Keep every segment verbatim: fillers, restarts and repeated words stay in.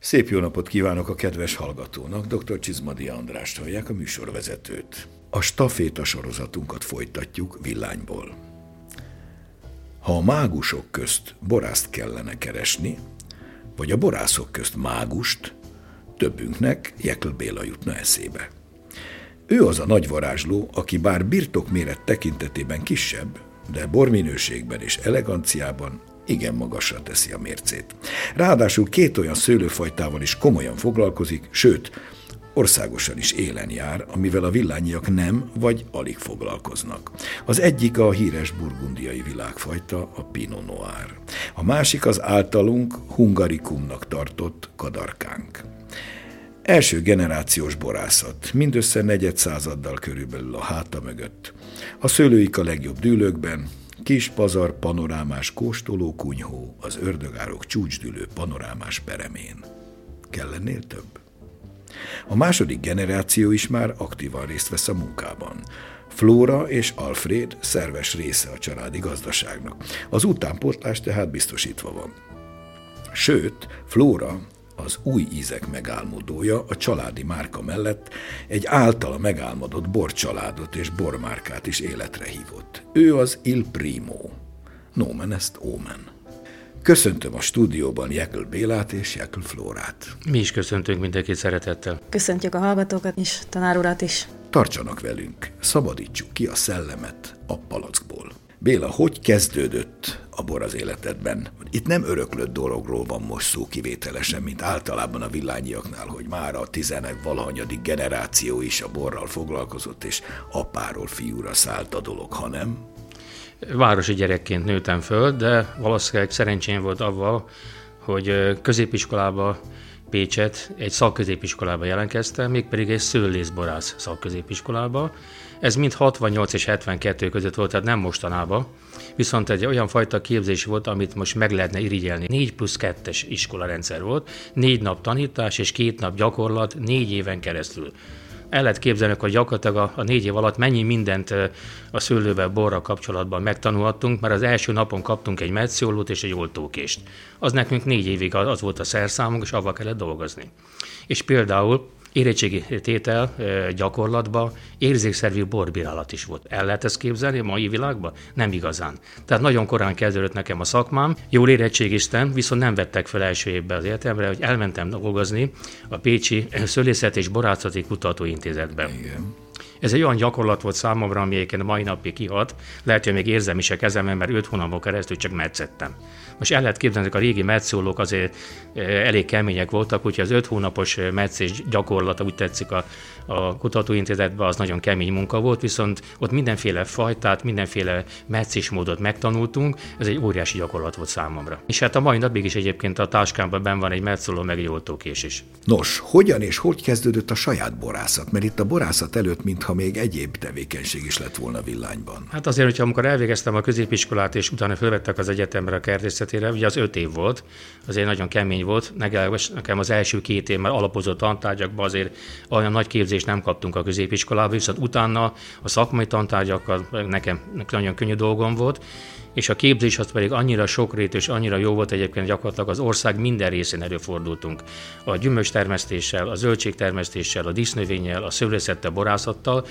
Szép jó napot kívánok a kedves hallgatónak, dr. Csizmadia Andrást hallják, a műsorvezetőt. A staféta sorozatunkat folytatjuk Villányból. Ha a mágusok közt borászt kellene keresni, vagy a borászok közt mágust, többünknek Jekl Béla jutna eszébe. Ő az a nagy varázsló, aki bár birtokméret tekintetében kisebb, de borminőségben és eleganciában igen magasra teszi a mércét. Ráadásul két olyan szőlőfajtával is komolyan foglalkozik, sőt, országosan is élen jár, amivel a villányiak nem vagy alig foglalkoznak. Az egyik a híres burgundiai világfajta, a Pinot Noir. A másik az általunk hungaricumnak tartott kadarkánk. Első generációs borászat, mindössze negyed századdal körülbelül a háta mögött. A szőlőik a legjobb dűlőkben, kis pazar panorámás kóstoló kunyhó az ördögárok csúcsdülő panorámás peremén. Kell ennél több? A második generáció is már aktívan részt vesz a munkában. Flóra és Alfred szerves része a családi gazdaságnak. Az utánpótlás tehát biztosítva van. Sőt, Flóra, az új ízek megálmodója, a családi márka mellett egy általa megálmodott borcsaládot és bormárkát is életre hívott. Ő az Il Primo. Nomen est omen. Köszöntöm a stúdióban Jekl Bélát és Jekl Flórát. Mi is köszöntünk mindenkit szeretettel. Köszöntjük a hallgatókat és tanár urat is. Tartsanak velünk, szabadítsuk ki a szellemet a palackból. Béla, hogy kezdődött a bor az életedben? Itt nem öröklött dologról van most szó kivételesen, mint általában a villányiaknál, hogy már a tizenvalahanyadik generáció is a borral foglalkozott, és apáról fiúra szállt a dolog, hanem... Városi gyerekként nőttem föl, de valószínűleg szerencsém volt avval, hogy középiskolába Pécset egy szakközépiskolába jelentkeztem, mégpedig egy szőlészborász szakközépiskolába. Ez mind hatvannyolc és hetvenkettő között volt, tehát nem mostanában, viszont egy olyan fajta képzés volt, amit most meg lehetne irigyelni. négy plusz kettes iskolarendszer volt, négy nap tanítás és két nap gyakorlat, négy éven keresztül. El lehet képzelni, hogy gyakorlatilag a, a négy év alatt mennyi mindent a szőlővel, borral kapcsolatban megtanulhattunk, mert az első napon kaptunk egy metszólót és egy oltókést. Az nekünk négy évig az volt a szerszámunk, és avval kellett dolgozni. És például érettségi tétel gyakorlatban érzékszervű borbírálat is volt. El lehet ezt képzelni a mai világban? Nem igazán. Tehát nagyon korán kezdődött nekem a szakmám, jól érettségiztem, viszont nem vettek fel első évben az életemre, hogy elmentem dolgozni a Pécsi Szőlészet és Borászati Kutatóintézetben. Igen. Ez egy olyan gyakorlat volt számomra, ami egyébként a mai napig kihat. Lehet, hogy még érzem is a kezemben, mert öt hónapon keresztül csak metszettem. Most el lehet képzelni, hogy a régi metszólók azért elég kemények voltak, úgyhogy az öt hónapos metszés gyakorlata, úgy tetszik a, a kutatóintézetben, az nagyon kemény munka volt, viszont ott mindenféle fajtát, mindenféle metszésmódot megtanultunk, ez egy óriási gyakorlat volt számomra. És hát a mai napig is egyébként a táskámban benn van egy metszóló, meg egy oltókés is. Nos, hogyan és hogy kezdődött a saját borászat? Mert itt a borászat előtt, mintha még egyéb tevékenység is lett volna Villányban. Hát azért, hogyha amikor elvégeztem a középiskolát, és utána fölvettek az egyetemre a kertészetére, ugye az öt év volt, azért nagyon kemény volt. Nekem az első két év már alapozott tantárgyakban azért olyan nagy képzést nem kaptunk a középiskolában, viszont utána a szakmai tantárgyakkal nekem nagyon könnyű dolgom volt, és a képzés az pedig annyira sokrétű és annyira jó volt, egyébként gyakorlatilag az ország minden részén előfordultunk. A gyümölcstermesztéssel, a zöldségtermesztéssel, a dísznövényel, a szőlészettel, borászattal,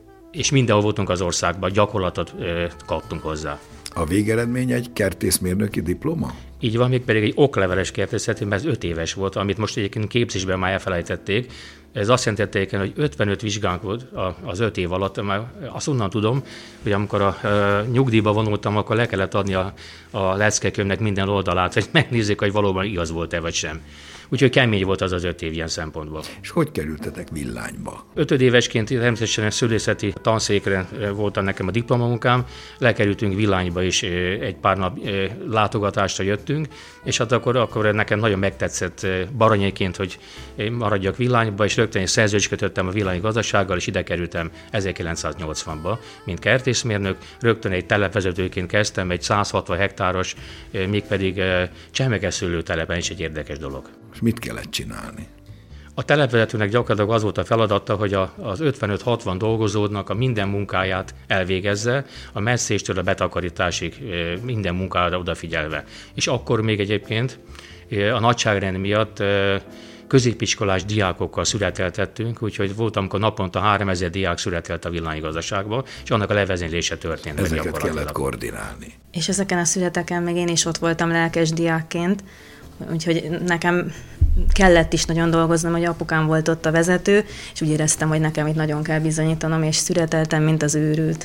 és mindenhol voltunk az országban, gyakorlatot ö, kaptunk hozzá. A végeredmény egy kertészmérnöki diploma? Így van, még pedig egy okleveles kertészeti, mert ez öt éves volt, amit most egyébként képzésben már elfelejtették. Ez azt jelentette, hogy ötvenöt vizsgánk volt az öt év alatt, mert azt onnan tudom, hogy amikor a, a nyugdíjba vonultam, akkor le kellett adni a, a leckekönyvnek minden oldalát, hogy megnézzék, hogy valóban igaz volt-e vagy sem. Úgyhogy kemény volt az az öt év ilyen szempontból. És hogy kerültetek Villányba? Ötödévesként természetesen a szőlészeti tanszékre volt nekem a diplomamunkám, lekerültünk Villányba is, egy pár nap látogatásra jöttünk, és hát akkor, akkor nekem nagyon megtetszett baranyéként, hogy maradjak Villányba, és rögtön egy szerződést kötöttem a villányi gazdasággal, és ide kerültem ezerkilencszáznyolcvanba, mint kertészmérnök. Rögtön egy telepvezetőként kezdtem, egy száz hatvan hektáros, mégpedig csemegeszőlő telepen is egy érdekes dolog. És mit kellett csinálni? A telepvezetőnek gyakorlatilag az volt a feladata, hogy a, az ötvenöt-hatvan dolgozódnak a minden munkáját elvégezze, a messzéstől a betakarításig minden munkára odafigyelve. És akkor még egyébként a nagyságrend miatt középiskolás diákokkal születeltettünk, úgyhogy volt, amikor naponta háromezer diák születelt a villánygazdaságba, és annak a levezénylése történt. Ezeket kellett koordinálni. És ezeken a születeken meg én is ott voltam lelkes diákként, úgyhogy nekem kellett is nagyon dolgoznom, hogy apukám volt ott a vezető, és úgy éreztem, hogy nekem itt nagyon kell bizonyítanom, és születeltem, mint az őrült.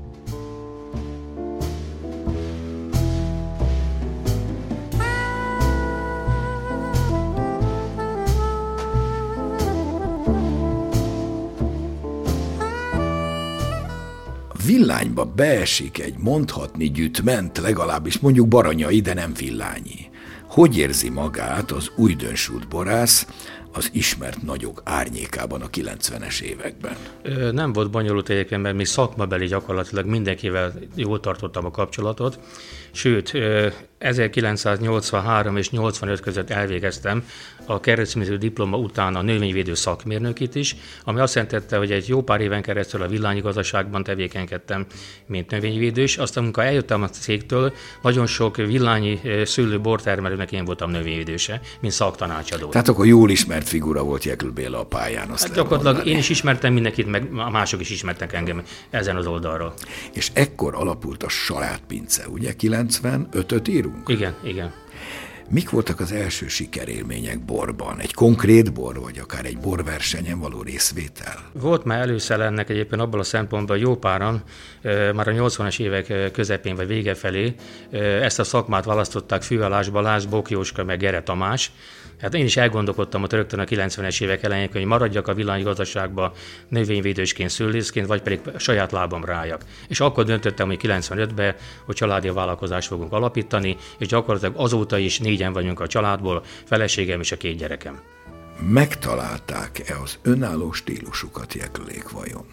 Villányba beesik egy mondhatni gyütment, legalábbis mondjuk Baranyai, de nem Villányi. Hogy érzi magát az újdonsült borász az ismert nagyok árnyékában a kilencvenes években? Nem volt bonyolult egyébként, mert mi szakmabeli gyakorlatilag mindenkivel jól tartottam a kapcsolatot, sőt, ezerkilencszáznyolcvanhárom és nyolcvanöt között elvégeztem a keresztmérő diploma után a növényvédő szakmérnökit is, ami azt jelentette, hogy egy jó pár éven keresztül a villánygazdaságban tevékenykedtem, mint növényvédős. Aztán, amikor eljöttem a cégtől, nagyon sok villányi szőlő bortermelőnek én voltam növényvédőse, mint szaktanácsadó. Tehát akkor jól ismert figura volt Jekl Béla a pályán. Azt hát gyakorlatilag mondani. Én is ismertem mindenkit, meg mások is ismertek engem ezen az oldalról. És ekkor alapult a salátpince, ugye? kilencvenötöt írunk? Igen, igen. Mik voltak az első sikerélmények borban? Egy konkrét bor, vagy akár egy borversenyen való részvétel? Volt már először ennek egyébként abban a szempontból jó páran, már a nyolcvanas évek közepén vagy vége felé ezt a szakmát választották Főalás Balázs, Bok Jóska meg Gere Tamás. Hát én is elgondolkodtam ott rögtön a kilencvenes évek elején, hogy maradjak a villánygazdaságba növényvédősként, szőlészként, vagy pedig saját lábam rájak. És akkor döntöttem, hogy kilencvenötben, hogy családi vállalkozást fogunk alapítani, és gyakorlatilag azóta is négyen vagyunk a családból, feleségem és a két gyerekem. Megtalálták-e az önálló stílusukat Jeklék vajon?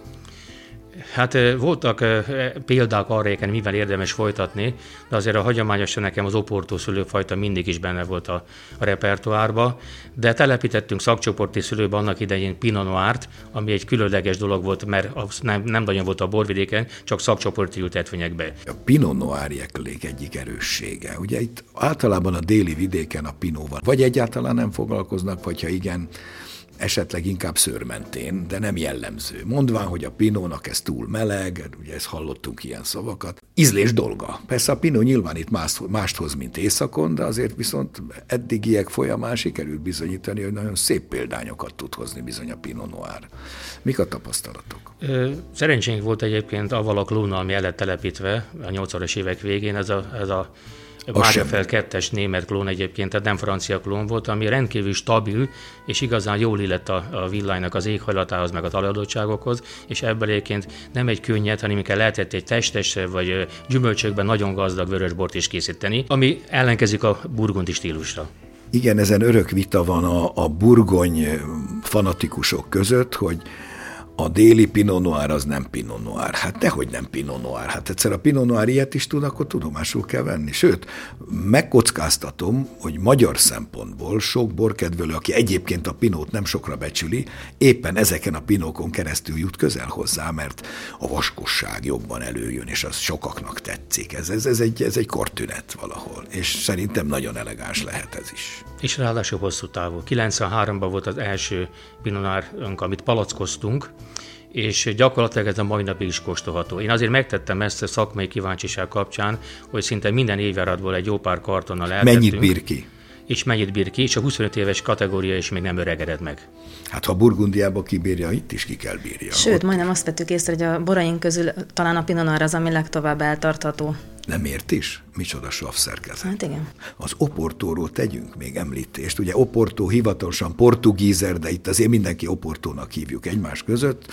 Hát voltak példák arra, mivel érdemes folytatni, de azért a hagyományosan nekem az oportó szülőfajta mindig is benne volt a, a repertoárba, de telepítettünk szakcsoporti szülőbe annak idején Pinot Noir-t, ami egy különleges dolog volt, mert nem, nem nagyon volt a borvidéken, csak szakcsoporti ültetvényekbe. A Pinot Noir Jeklék egyik erőssége. Ugye itt általában a déli vidéken a Pinóval vagy egyáltalán nem foglalkoznak, vagy ha igen, esetleg inkább szőrmentén, de nem jellemző. Mondván, hogy a pinónak ez túl meleg, ugye ezt hallottunk ilyen szavakat. Ízlés dolga. Persze a pinó nyilván itt más, mást hoz, mint északon, de azért viszont eddigiek folyamán sikerült bizonyítani, hogy nagyon szép példányokat tud hozni bizony a Pinot Noir. Mik a tapasztalatok? Szerencsénk volt egyébként avval a klónnal, ami el lett telepítve a nyolcvanas évek végén, ez a, ez a Márefeld kettes német klón egyébként, tehát nem francia klón volt, ami rendkívül stabil, és igazán jól illett a, a villánynak az éghajlatához, meg a taladottságokhoz, és ebből egyébként nem egy könnyed, hanem inkább lehetett egy testes vagy gyümölcsökben nagyon gazdag vörösbort is készíteni, ami ellenkezik a burgundi stílusra. Igen, ezen örök vita van a, a burgony fanatikusok között, hogy a déli Pinot Noir az nem Pinot Noir. Hát dehogy nem Pinot Noir. Hát egyszer a Pinot Noir ilyet is tud, akkor tudomásul kell venni. Sőt, megkockáztatom, hogy magyar szempontból sok borkedvelő, aki egyébként a Pinót nem sokra becsüli, éppen ezeken a Pinókon keresztül jut közel hozzá, mert a vaskosság jobban előjön, és az sokaknak tetszik. Ez, ez, ez, egy, ez egy kortünet valahol, és szerintem nagyon elegáns lehet ez is. És ráadásul hosszú távú. kilencvenháromban volt az első Pinot Noir-unk, amit palackoztunk, és gyakorlatilag ez a mai napig is kóstolható. Én azért megtettem ezt a szakmai kíváncsiság kapcsán, hogy szinte minden évjáratból egy jó pár kartonnal eltettünk. Mennyit bír ki? És mennyit bír ki, és a huszonöt éves kategória is még nem öregedett meg. Hát ha Burgundiába kibírja, itt is ki kell bírja. Sőt, ott... majdnem azt vettük észre, hogy a boraink közül talán a Pinot Noir az, ami legtovább eltartható. Nem ért is? Micsoda sav szerkezet. Hát igen. Az Oportóról tegyünk még említést. Ugye Oportó hivatalosan portugízer, de itt azért mindenki Oportónak hívjuk egymás között.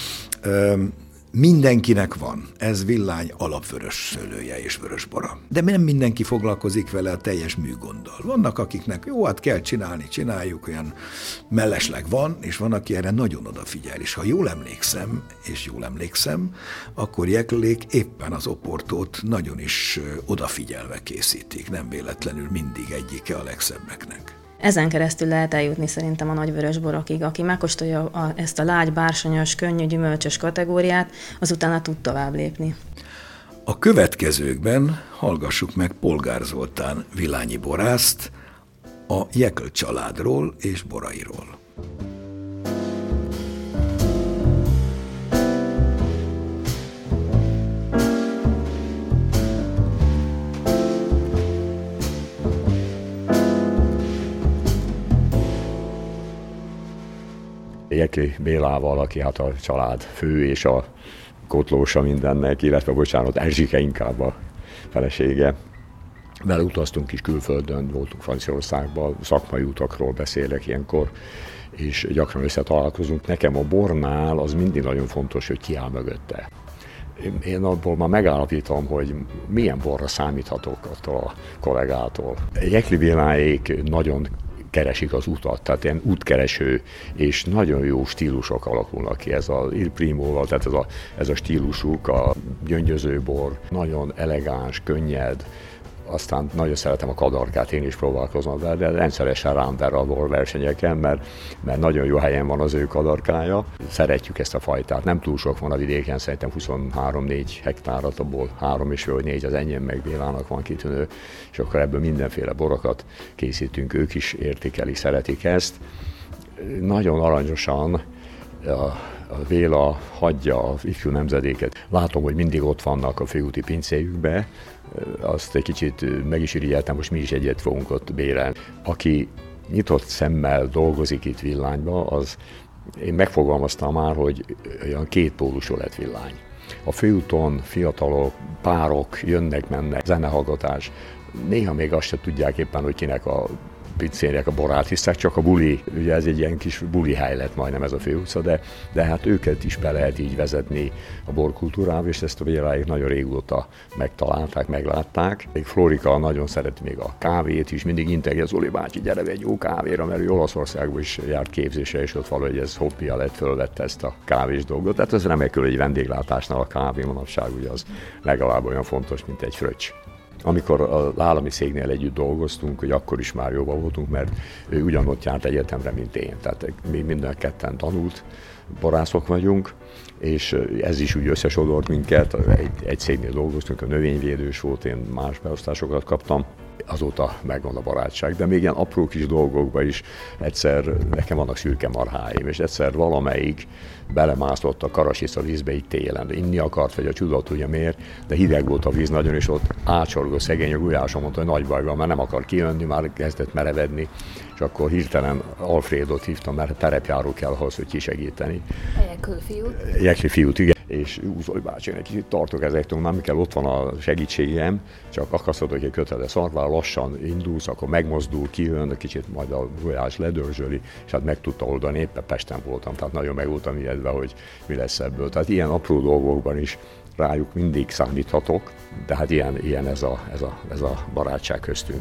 Üm, Mindenkinek van, ez Villány alapvörös szőlője és vörösbora. De nem mindenki foglalkozik vele a teljes műgonddal. Vannak, akiknek jó, hát kell csinálni, csináljuk, olyan mellesleg van, és van, aki erre nagyon odafigyel. És ha jól emlékszem, és jól emlékszem, akkor Jeklék éppen az Oportót nagyon is odafigyelve készítik. Nem véletlenül mindig egyike a legszebbeknek. Ezen keresztül lehet eljutni szerintem a nagyvörös borokig. Aki megkóstolja a, ezt a lágy, bársonyos, könnyű, gyümölcsös kategóriát, azután tud tovább lépni. A következőkben hallgassuk meg Polgár Zoltán vilányi borászt a Jekl családról és borairól. Jekli Bélával, aki hát a család fő és a kotlósa mindennek, illetve bocsánat, Erzsike inkább a felesége. Vele utaztunk is külföldön, voltunk Franciaországban, szakmai utakról beszélek ilyenkor, és gyakran összetalálkozunk. Nekem a bornál az mindig nagyon fontos, hogy ki áll mögötte. Én abból már megállapítom, hogy milyen borra számíthatok attól a kollégától. Jekli Béláék nagyon keresik az utat, tehát ilyen útkereső, és nagyon jó stílusok alakulnak ki. Ez a Il Primo-val, tehát ez a, ez a stílusuk, a gyöngyözőbor, nagyon elegáns, könnyed, aztán nagyon szeretem a kadarkát, én is próbálkozom vele, de rendszeresen rám ver a borversenyeken, mert, mert nagyon jó helyen van az ő kadarkája. Szeretjük ezt a fajtát, nem túl sok van a vidéken, szerintem huszonhárom-négy hektárat, abból három és vagy négy az enyém, meg Bélának van kitűnő, és akkor ebből mindenféle borokat készítünk, ők is értékelik, szeretik ezt. Nagyon aranyosan a a Béla hagyja az ifjú nemzedéket. Látom, hogy mindig ott vannak a főúti pincéjükbe, azt egy kicsit meg is irigyeltem, most mi is egyet fogunk ott bérelni. Aki nyitott szemmel dolgozik itt Villányba, az én megfogalmaztam már, hogy olyan kétpólusú lett Villány. A főúton fiatalok, párok jönnek-mennek, zenehallgatás, néha még azt se tudják éppen, hogy kinek a pincének a borát hiszek, csak a buli, ugye ez egy ilyen kis buli hely lett majdnem ez a főutca, de, de hát őket is be lehet így vezetni a borkultúrába, és ezt a Béláék nagyon régóta megtalálták, meglátták. Még Flórika nagyon szereti még a kávét is, mindig integet, Zoli bácsi, gyere egy jó kávéra, mert ő Olaszországban is járt képzésre, és ott valahogy ez hobbija lett, fölvette ezt a kávés dolgot. Tehát ez remekül egy vendéglátásnál a kávé manapság, ugye az legalább olyan fontos, mint egy fröccs. Amikor az állami cégnél együtt dolgoztunk, hogy akkor is már jóban voltunk, mert ő ugyanott járt egyetemre, mint én. Tehát mi minden ketten tanult borászok vagyunk, és ez is úgy összesodort minket. Egy, egy cégnél dolgoztunk, a növényvédős volt, én más beosztásokat kaptam. Azóta megvan a barátság, de még ilyen apró kis dolgokban is egyszer nekem vannak szürke marháim, és egyszer valamelyik belemászott a karasisza vízbe így télen. Inni akart, vagy a csuda tudja miért, de hideg volt a víz nagyon, és ott ácsorgó szegény a gulyásom mondta, hogy nagy baj van, mert nem akar kijönni, már kezdett merevedni, és akkor hirtelen Alfredot hívtam, mert terepjáró kell ahhoz, hogy kisegíteni. A Jekli fiút? Jekli fiút, igen. És Zoli bácsi, egy kicsit tartok ezektől, nem kell, ott van a segítségem, csak akasztodok egy kötelet szarvá, lassan indulsz, akkor megmozdul, kijön, kicsit majd a gulyás ledörzsöli, és hát meg tudta oldani, éppen Pesten voltam, tehát nagyon meg voltam ijedve, hogy mi lesz ebből. Tehát ilyen apró dolgokban is rájuk mindig számíthatok, de hát ilyen, ilyen ez, a, ez, a, ez a barátság köztünk.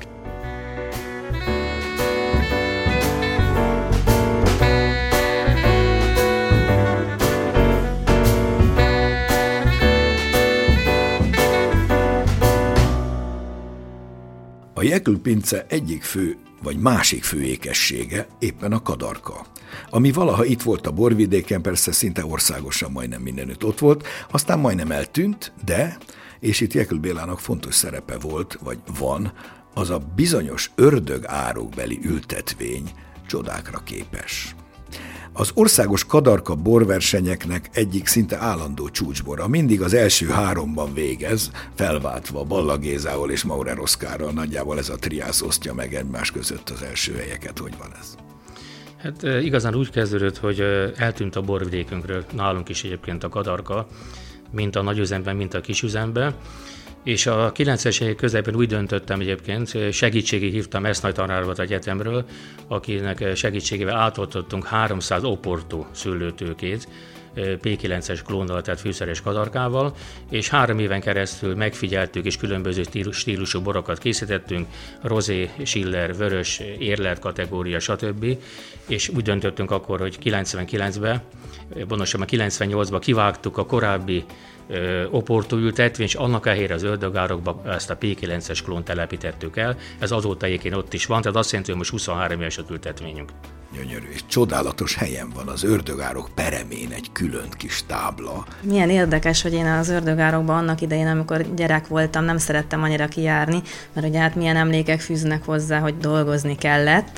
A Jekl pince egyik fő vagy másik fő ékessége éppen a kadarka, ami valaha itt volt a borvidéken, persze szinte országosan majdnem mindenütt ott volt, aztán majdnem eltűnt, de, és itt Jekl Bélának fontos szerepe volt, vagy van, az a bizonyos ördög árokbeli ültetvény csodákra képes. Az országos kadarka borversenyeknek egyik szinte állandó csúcsbora, mindig az első háromban végez, felváltva Balla Gézával és Maurer Oszkárral, nagyjából ez a triász osztja meg egymás között az első helyeket. Hogy van ez? Hát igazán úgy kezdődött, hogy eltűnt a borvidékünkről, nálunk is egyébként a kadarka, mint a nagyüzemben, mint a kisüzemben, és a kilencvenes évek közepén úgy döntöttem egyébként, segítségig hívtam Esznagy tanáromat egyetemről, akinek segítségével átoltottunk háromszáz Oporto szőlőtőkét, pé kilences klónnal, tehát fűszeres kadarkával, és három éven keresztül megfigyeltük, és különböző stílusú borokat készítettünk, rozé, schiller, vörös, érlelt kategória, stb. És úgy döntöttünk akkor, hogy kilencvenkilencben, pontosabban kilencvennyolcban kivágtuk a korábbi oportóültetvény, és annak helyére az ördögárokba ezt a P kilences klónt telepítettük el. Ez azóta egyébként ott is van, tehát azt jelenti, hogy most huszonhárom éves az ültetvényünk. Gyönyörű, és csodálatos helyen van az ördögárok peremén egy külön kis tábla. Milyen érdekes, hogy én az ördögárokban annak idején, amikor gyerek voltam, nem szerettem annyira kijárni, mert ugye hát milyen emlékek fűznek hozzá, hogy dolgozni kellett.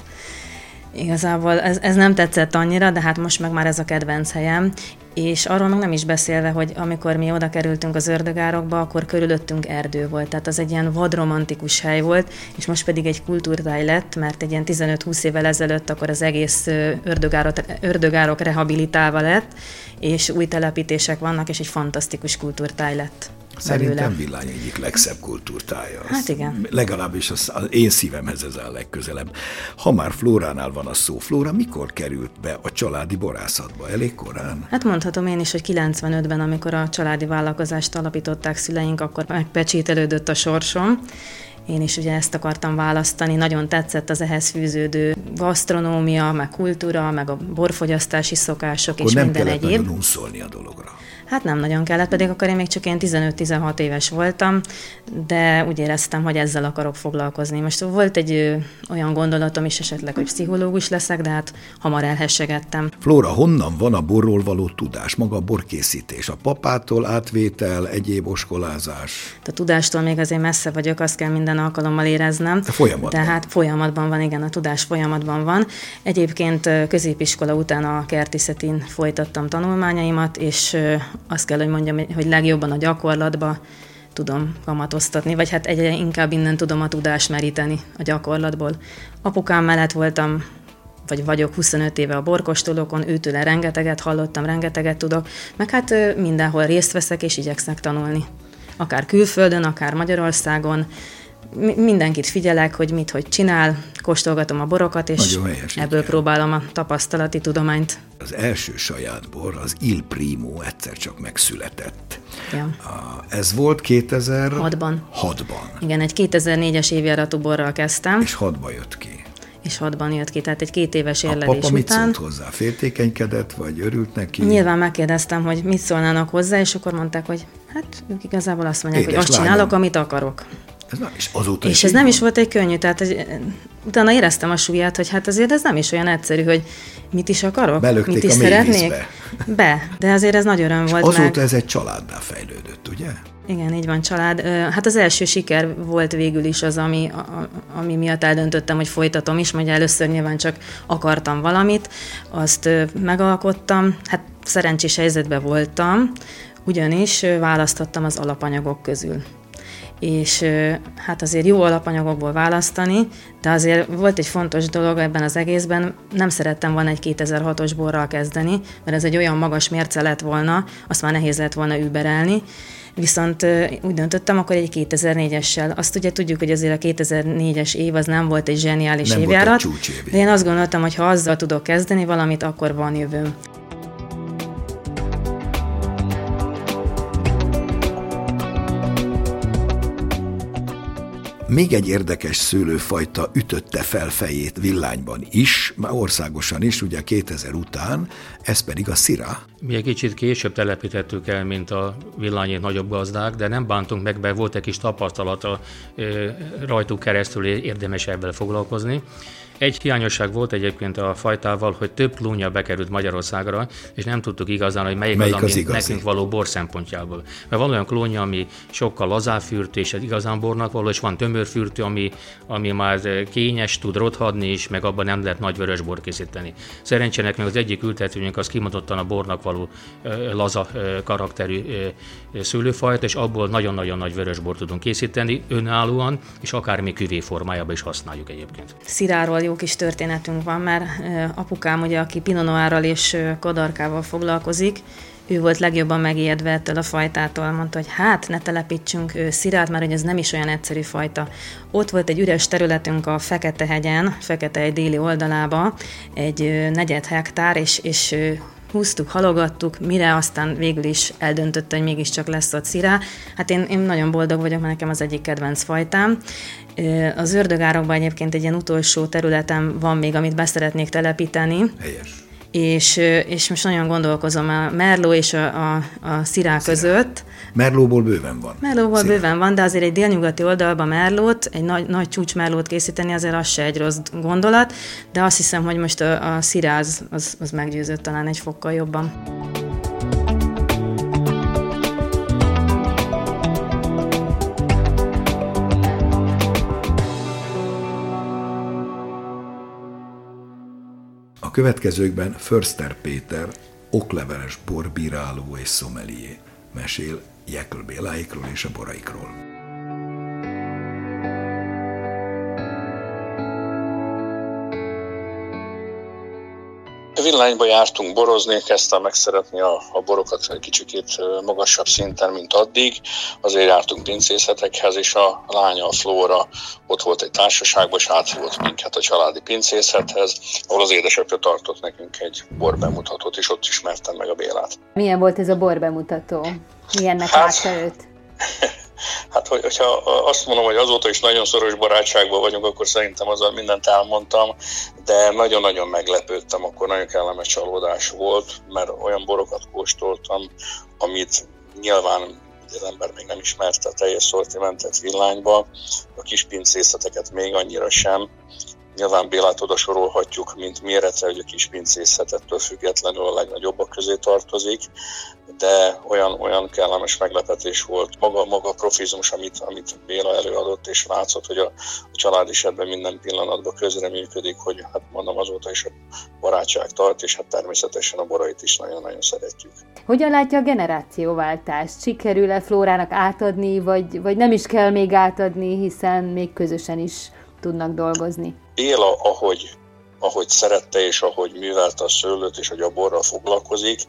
Igazából ez, ez nem tetszett annyira, de hát most meg már ez a kedvenc helyem, és arról meg nem is beszélve, hogy amikor mi oda kerültünk az ördögárokba, akkor körülöttünk erdő volt, tehát az egy ilyen vadromantikus hely volt, és most pedig egy kultúrtáj lett, mert egy ilyen tizenöt-húsz évvel ezelőtt akkor az egész ördögárok, ördögárok rehabilitálva lett, és új telepítések vannak, és egy fantasztikus kultúrtáj lett. Szerintem Villány egyik legszebb kultúrtája. Hát igen. Legalábbis az, az én szívemhez ez a legközelebb. Ha már Flóránál van a szó, Flóra mikor került be a családi borászatba? Elég korán? Hát mondhatom én is, hogy kilencvenötben, amikor a családi vállalkozást alapították szüleink, akkor megpecsételődött a sorsom. Én is ugye ezt akartam választani, nagyon tetszett az ehhez fűződő gasztronómia, meg kultúra, meg a borfogyasztási szokások, akkor és minden egyéb. Akkor nem kellett nagyon unszolni a dologra. Hát nem nagyon kellett, pedig akkor én még csak ilyen tizenöt-tizenhat éves voltam, de úgy éreztem, hogy ezzel akarok foglalkozni. Most volt egy ö, olyan gondolatom is esetleg, hogy pszichológus leszek, de hát hamar elhessegettem. Flóra, honnan van a borról való tudás, maga a borkészítés? A papától átvétel, egyéb oskolázás? A tudástól még azért messze vagyok, azt kell minden alkalommal éreznem. De folyamatban. Tehát folyamatban van, igen, a tudás folyamatban van. Egyébként középiskola után a kertészetén folytattam tanulmányaimat, és azt kell, hogy mondjam, hogy legjobban a gyakorlatba tudom kamatoztatni, vagy hát egyre inkább innen tudom a tudást meríteni a gyakorlatból. Apukám mellett voltam, vagy vagyok huszonöt éve a borkóstolókon, őtőle rengeteget hallottam, rengeteget tudok, meg hát mindenhol részt veszek és igyekszek tanulni. Akár külföldön, akár Magyarországon, mindenkit figyelek, hogy mit, hogy csinál, kóstolgatom a borokat, és helyes, ebből próbálom a tapasztalati tudományt. Az első saját bor, az Il Primo egyszer csak megszületett. Ja. Ez volt kétezer-hatban. hatban. Igen, egy kétezer-négyes évjáratú borral kezdtem. És hatban jött ki. És hatban jött ki, tehát egy két éves érlelés után. A papa mit után. szólt hozzá? Féltékenykedett, vagy örült neki? Nyilván megkérdeztem, hogy mit szólnának hozzá, és akkor mondták, hogy hát ők igazából azt mondják, Édes hogy azt lányom. Csinálok, amit akarok. Ez na, és azóta és ez nem van. Is volt egy könnyű, tehát egy, utána éreztem a súlyát, hogy hát azért ez nem is olyan egyszerű, hogy mit is akarok, Belökték mit is a szeretnék. Be, de azért ez nagy öröm volt. Azóta meg. Ez egy családdá fejlődött, ugye? Igen, így van, család. Hát az első siker volt végül is az, ami, ami miatt eldöntöttem, hogy folytatom is, mert először nyilván csak akartam valamit, azt megalkottam, hát szerencsés helyzetben voltam, ugyanis választottam az alapanyagok közül. És hát azért jó alapanyagokból választani, de azért volt egy fontos dolog ebben az egészben, nem szerettem volna egy kétezer-hatos borral kezdeni, mert ez egy olyan magas mérce lett volna, azt már nehéz lett volna überelni, viszont úgy döntöttem akkor egy kétezer-négyessel. Azt ugye tudjuk, hogy azért a kétezer-négyes év az nem volt egy zseniális nem évjárat, volt egy csúcsév. De én azt gondoltam, hogy ha azzal tudok kezdeni valamit, akkor van jövőm. Még egy érdekes szőlőfajta ütötte fel fejét Villányban is, már országosan is, ugye kétezer után, ez pedig a Syrah. Mi egy kicsit később telepítettük el, mint a Villányi nagyobb gazdák, de nem bántunk meg, mert volt egy kis tapasztalata rajtuk keresztül, érdemes ebben foglalkozni. Egy hiányosság volt egyébként a fajtával, hogy több klónja bekerült Magyarországra, és nem tudtuk igazán, hogy melyik, melyik az, ami az nekünk való bor szempontjából. Mert van olyan klónja, ami sokkal lazább fürtő, és igazán bornak való, és van tömörfürtő, ami, ami már kényes, tud rothadni is, meg abban nem lehet nagy vörös bor készíteni. Szerencsének meg az egyik ültetvényünk az kimondottan a bornak való laza karakterű szőlőfajta, és abból nagyon-nagyon nagy vörös bor tudunk készíteni önállóan, és akár még küvé formájában is használjuk egyébként. Syrahról jó kis történetünk van, mert apukám, ugye, aki Pinot Noirral és kadarkával foglalkozik, ő volt legjobban megijedve ettől a fajtától, mondta, hogy hát ne telepítsünk Syraht, mert hogy ez nem is olyan egyszerű fajta. Ott volt egy üres területünk a Fekete-hegyen, Fekete-hegy déli oldalába, egy negyed hektár, és, és húztuk, halogattuk, mire aztán végül is eldöntötte, hogy mégiscsak lesz ott Syrah. Hát én, én nagyon boldog vagyok, mert nekem az egyik kedvenc fajtám. Az ördögárokban egyébként egy ilyen utolsó területen van még, amit beszeretnék telepíteni. Helyes. és, és most nagyon gondolkozom a merló és a, a, a szirá között. Merlóból bőven van. Merlóból Szirá. bőven van, de azért egy délnyugati oldalban merlót, egy nagy, nagy csúcsmerlót készíteni, azért az se egy rossz gondolat, de azt hiszem, hogy most a, a szirá az, az, az meggyőzött talán egy fokkal jobban. A következőkben Förster Péter, okleveles borbíráló és szomelié mesél Jekl Béláikról és a boraikról. Villányba jártunk borozni, kezdtem megszeretni a, a borokat egy kicsikét magasabb szinten, mint addig. Azért jártunk pincészetekhez, és a lánya, a Flóra ott volt egy társaságban, és áthívott minket a családi pincészethez, ahol az édesapja tartott nekünk egy borbemutatót, és ott ismertem meg a Bélát. Milyen volt ez a borbemutató? Milyennek látta őt? Hát, hogyha azt mondom, hogy azóta is nagyon szoros barátságban vagyunk, akkor szerintem azzal mindent elmondtam, de nagyon-nagyon meglepődtem, akkor nagyon kellemes csalódás volt, mert olyan borokat kóstoltam, amit nyilván az ember még nem ismerte a teljes szortimentet Villányba, a kis pincészeteket még annyira sem. Nyilván Bélát oda sorolhatjuk, mint méretre, hogy a kis pincészetettől függetlenül a legnagyobbak közé tartozik, de olyan, olyan kellemes meglepetés volt. Maga, maga a profizmus, amit, amit Béla előadott, és látszott, hogy a, a család is ebben minden pillanatban közreműködik, hogy hát mondom, azóta is a barátság tart, és hát természetesen a borait is nagyon-nagyon szeretjük. Hogyan látja a generációváltást? Sikerül-e Flórának átadni, vagy, vagy nem is kell még átadni, hiszen még közösen is tudnak dolgozni? Béla, ahogy, ahogy szerette és ahogy művelte a szőlőt és hogy a borral foglalkozik,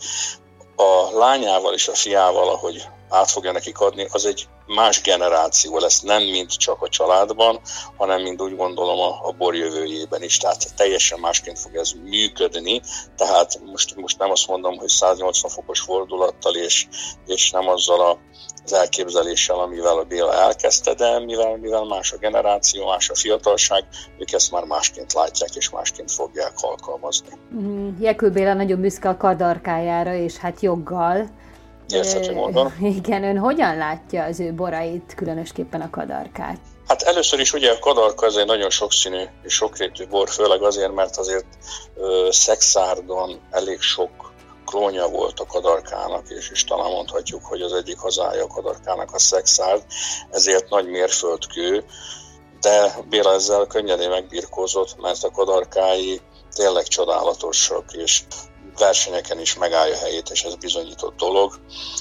a lányával és a fiával, ahogy át fogja nekik adni, az egy más generáció lesz, nem mint csak a családban, hanem mind úgy gondolom a, a bor jövőjében is. Tehát teljesen másként fog ez működni. Tehát most, most nem azt mondom, hogy száznyolcvan fokos fordulattal és, és nem azzal a az elképzeléssel, amivel a Béla elkezdte, de mivel, mivel más a generáció, más a fiatalság, ők ezt már másként látják és másként fogják alkalmazni. Jekl Béla nagyon büszke a kadarkájára, és hát joggal. Érthető módon. Igen, ön hogyan látja az ő borait, különösképpen a kadarkát? Hát először is ugye a kadarka ez egy nagyon sokszínű és sokrétű bor, főleg azért, mert azért ö, Szexárdon elég sok klónja volt a kadarkának, és is talán mondhatjuk, hogy az egyik hazája a kadarkának a Szexárd, ezért nagy mérföldkő, de Béla ezzel könnyedén megbirkózott, mert a kadarkái tényleg csodálatosak, és versenyeken is megállja a helyét, és ez bizonyított dolog.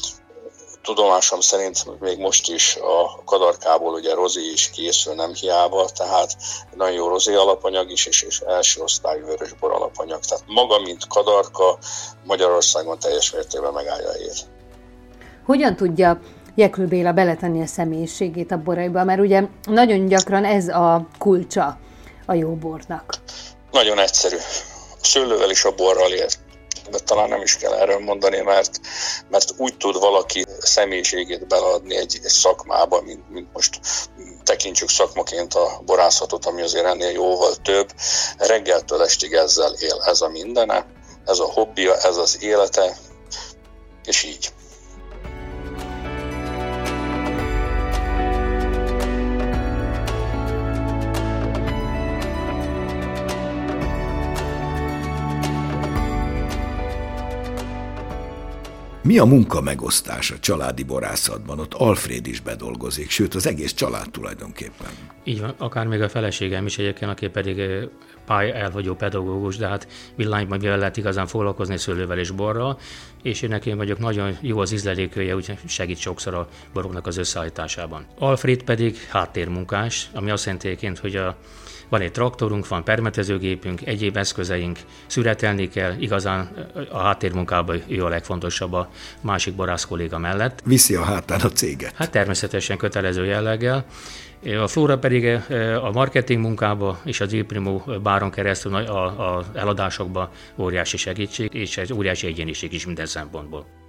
Tudomásom szerint még most is a kadarkából ugye rozé is készül, nem hiába, tehát nagyon jó rozé alapanyag is, és, és első osztályú vörösbor alapanyag. Tehát maga, mint kadarka, Magyarországon teljes mértékben megállja a helyét. Hogyan tudja Jekl Béla beletenni a személyiségét a boraiba, mert ugye nagyon gyakran ez a kulcsa a jó bornak? Nagyon egyszerű. A szőlővel és a borral ért. De talán nem is kell erről mondani, mert, mert úgy tud valaki személyiségét beleadni egy, egy szakmába, mint, mint most tekintsük szakmaként a borászatot, ami azért ennél jóval több. Reggeltől estig ezzel él, ez a mindene, ez a hobbija, ez az élete, és így. Mi a munka megosztás a családi borászatban? Ott Alfréd is bedolgozik, sőt az egész család tulajdonképpen. Így van, akár még a feleségem is egyébként, aki pedig pálya elhagyó pedagógus, de hát Villányban mivel lehet igazán foglalkozni szőlővel és borral, és én nekem vagyok nagyon jó az ízlelőkője, úgyhogy segít sokszor a boroknak az összeállításában. Alfréd pedig háttérmunkás, ami azt jelenti, hogy a van egy traktorunk, van permetezőgépünk, egyéb eszközeink, szüretelni kell, igazán a háttérmunkában ő a legfontosabb a másik borász kolléga mellett. Viszi a hátán a céget. Hát természetesen kötelező jelleggel. A Flóra pedig a marketing munkába és az Il Primo báron keresztül az eladásokba óriási segítség, és ez óriási egyéniség is minden szempontból.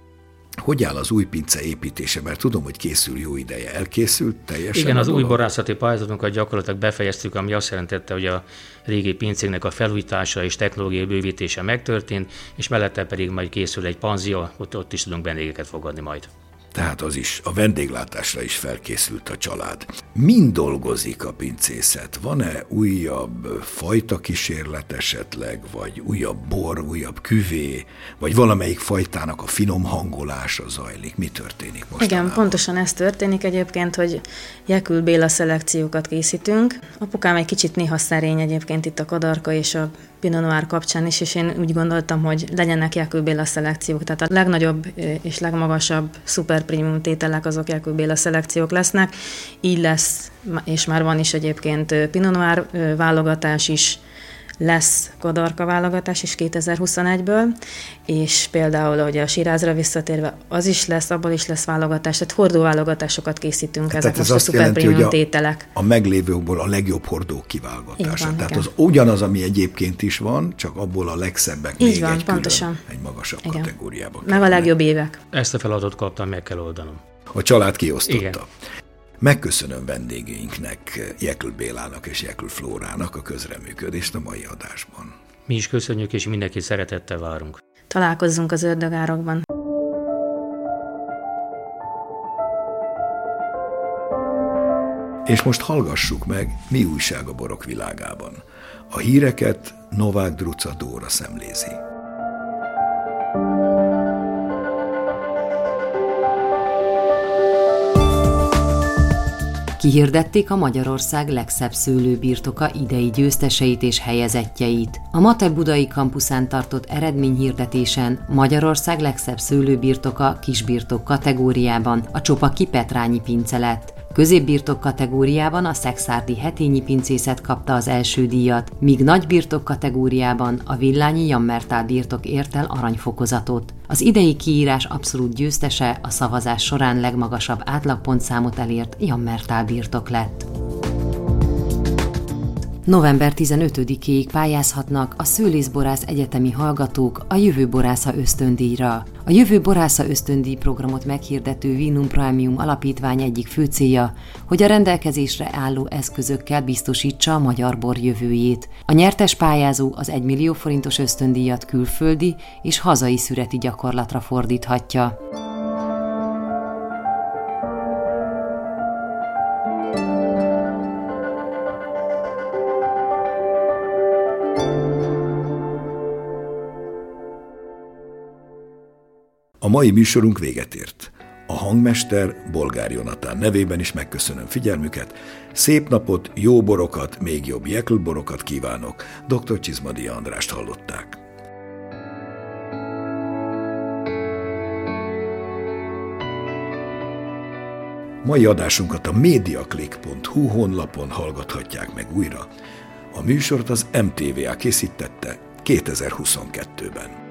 Hogy áll az új pince építése? Mert tudom, hogy készül jó ideje. Elkészült teljesen? Igen, az új borászati pályázatunkat gyakorlatilag befejeztük, ami azt jelentette, hogy a régi pincéknek a felújítása és technológiai bővítése megtörtént, és mellette pedig majd készül egy panzió, ott, ott is tudunk vendégeket fogadni majd. Tehát az is, a vendéglátásra is felkészült a család. Mind dolgozik a pincészet? Van-e újabb fajta kísérlet esetleg, vagy újabb bor, újabb küvé, vagy valamelyik fajtának a finom hangolása zajlik? Mi történik mostanában? Igen, pontosan ez történik egyébként, hogy Jekül Béla szelekciókat készítünk. Apukám egy kicsit néha szerény egyébként itt a kadarka és a Pinot Noir kapcsán is, és én úgy gondoltam, hogy legyenek Jekül Béla szelekciók, tehát a legnagyobb és legmagasabb szuper prémium tételek azok Jekül Béla szelekciók lesznek. Így lesz, és már van is egyébként Pinot Noir válogatás is, lesz kadarka válogatás is kétezer-huszonegyből, és például ugye a Sirázra visszatérve az is lesz, abból is lesz válogatás, tehát hordóválogatásokat készítünk, ezek most a szuper prémium tételek. A meglévőkből a legjobb hordók kiválogatása. Van, tehát igen. az ugyanaz, ami egyébként is van, csak abból a legszebbek így még van, egy pontosan. külön, egy magasabb Igen. kategóriában. Meg a legjobb évek. Ezt a feladatot kaptam, meg kell oldanom. A család kiosztotta. Igen. Megköszönöm vendégeinknek, Jekül Bélának és Jekül Flórának a közreműködést a mai adásban. Mi is köszönjük, és mindenkit szeretettel várunk. Találkozzunk az ördögárokban. És most hallgassuk meg, mi újság a borok világában. A híreket Novák Druca Dóra szemlézi. Kihirdették a Magyarország legszebb szőlőbirtoka idei győzteseit és helyezettjeit. A Mate budai kampuszán tartott eredményhirdetésen Magyarország legszebb szőlőbirtoka kisbirtok kategóriában a Csopaki Petrányi pince lett. Középbirtok kategóriában a Szekszárdi Hetényi pincészet kapta az első díjat, míg nagybirtok kategóriában a Villányi Jammertal birtok ért el aranyfokozatot. Az idei kiírás abszolút győztese a szavazás során legmagasabb átlagpontszámot elért Jammertal birtok lett. november tizenötödikéig pályázhatnak a szőlészborász egyetemi hallgatók a Jövő Borásza ösztöndíjra. A Jövő Borásza ösztöndíj programot meghirdető Vinum Premium alapítvány egyik fő célja, hogy a rendelkezésre álló eszközökkel biztosítsa a magyar bor jövőjét. A nyertes pályázó az egymillió forintos ösztöndíjat külföldi és hazai szüreti gyakorlatra fordíthatja. A mai műsorunk véget ért. A hangmester Bolgár Jonatán nevében is megköszönöm figyelmüket. Szép napot, jó borokat, még jobb Jekül borokat kívánok. doktor Csizmadia Andrást hallották. Mai adásunkat a mediaclick pont hu honlapon hallgathatják meg újra. A műsort az em té vé á készítette kétezer-huszonkettőben.